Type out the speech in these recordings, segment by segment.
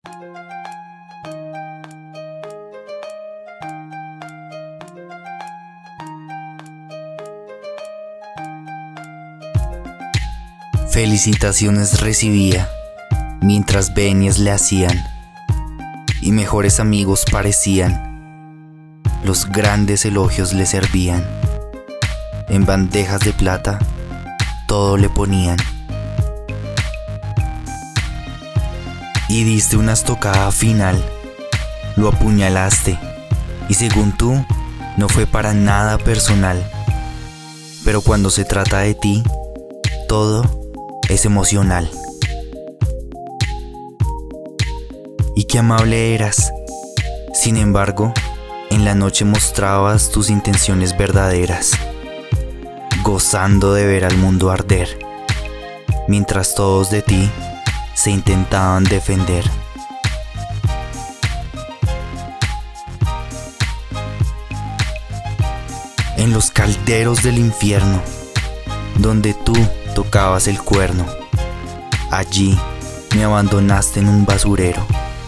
Felicitaciones recibía mientras venias le hacían, y mejores amigos parecían. Los grandes elogios le servían, en bandejas de plata todo le ponían. Y diste una estocada final, lo apuñalaste, y según tú, no fue para nada personal. Pero cuando se trata de ti, todo es emocional. Y qué amable eras. Sin embargo, en la noche mostrabas tus intenciones verdaderas, gozando de ver al mundo arder, mientras todos de ti se intentaban defender. En los calderos del infierno, donde tú tocabas el cuerno, allí me abandonaste en un basurero.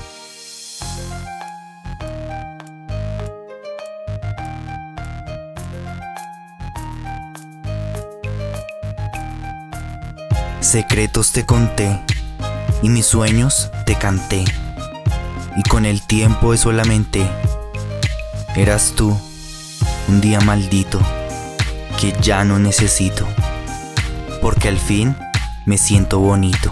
Secretos te conté y mis sueños te canté, y con el tiempo eso lamenté. Eras tú, un día maldito que ya no necesito, porque al fin me siento bonito.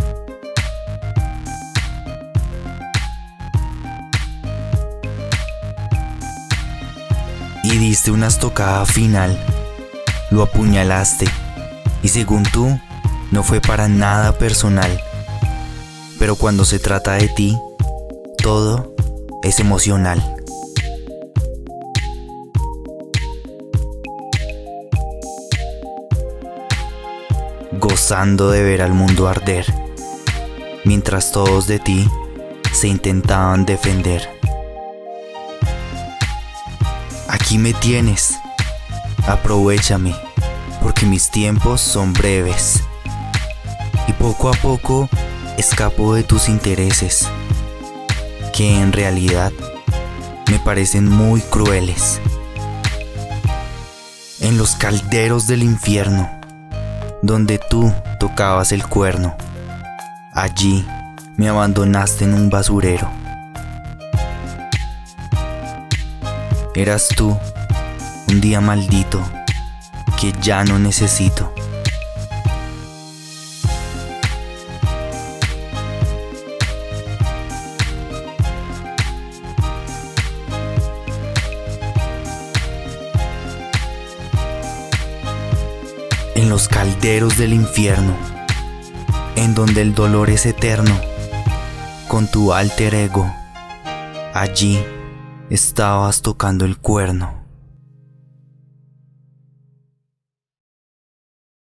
Y diste una estocada final, lo apuñalaste, y según tú, no fue para nada personal. Pero cuando se trata de ti, todo es emocional. Gozando de ver al mundo arder, mientras todos de ti se intentaban defender. Aquí me tienes, aprovéchame, porque mis tiempos son breves, y poco a poco escapo de tus intereses, que en realidad me parecen muy crueles. En los calderos del infierno, donde tú tocabas el cuerno, allí me abandonaste en un basurero. Eras tú, un día maldito que ya no necesito. En los calderos del infierno, en donde el dolor es eterno, con tu alter ego, allí estabas tocando el cuerno.